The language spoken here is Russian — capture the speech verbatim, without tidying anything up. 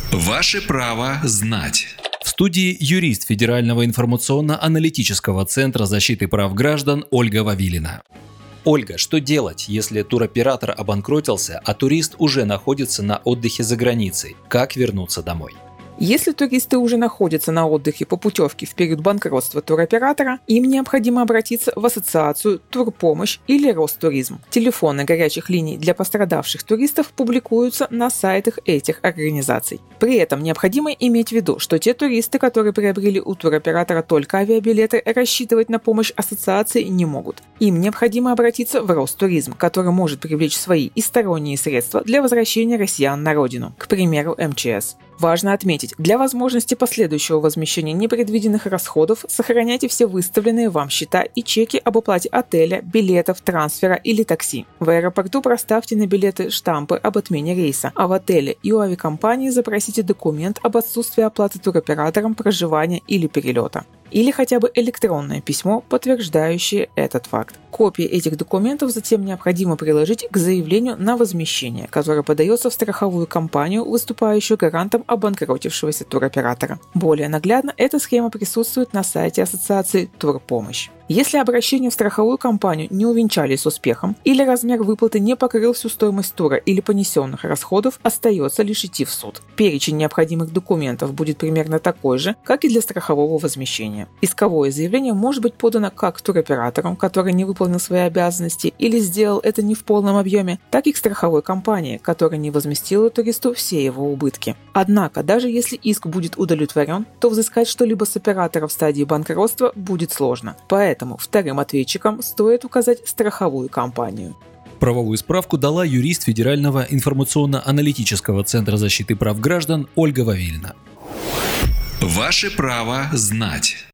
Ваше право знать. В студии юрист Федерального информационно-аналитического центра защиты прав граждан Ольга Вавилина. Ольга, что делать, если туроператор обанкротился, а турист уже находится на отдыхе за границей? Как вернуться домой? Если туристы уже находятся на отдыхе по путевке в период банкротства туроператора, им необходимо обратиться в ассоциацию «Турпомощь» или «Ростуризм». Телефоны горячих линий для пострадавших туристов публикуются на сайтах этих организаций. При этом необходимо иметь в виду, что те туристы, которые приобрели у туроператора только авиабилеты, рассчитывать на помощь ассоциации не могут. Им необходимо обратиться в Ростуризм, который может привлечь свои и сторонние средства для возвращения россиян на родину, к примеру, эм че эс. Важно отметить, для возможности последующего возмещения непредвиденных расходов сохраняйте все выставленные вам счета и чеки об оплате отеля, билетов, трансфера или такси. В аэропорту проставьте на билеты штампы об отмене рейса, а в отеле и у авиакомпании запросите документ об отсутствии оплаты туроператором проживания или перелета. Или хотя бы электронное письмо, подтверждающее этот факт. Копии этих документов затем необходимо приложить к заявлению на возмещение, которое подается в страховую компанию, выступающую гарантом обанкротившегося туроператора. Более наглядно эта схема присутствует на сайте ассоциации «Турпомощь». Если обращение в страховую компанию не увенчались успехом или размер выплаты не покрыл всю стоимость тура или понесенных расходов, остается лишь идти в суд. Перечень необходимых документов будет примерно такой же, как и для страхового возмещения. Исковое заявление может быть подано как туроператором, который не выполнил свои обязанности или сделал это не в полном объеме, так и к страховой компании, которая не возместила туристу все его убытки. Однако, даже если иск будет удовлетворен, то взыскать что-либо с оператора в стадии банкротства будет сложно. Поэтому Поэтому вторым ответчиком стоит указать страховую компанию. Правовую справку дала юрист Федерального информационно-аналитического центра защиты прав граждан Ольга Вавилина. Ваше право знать.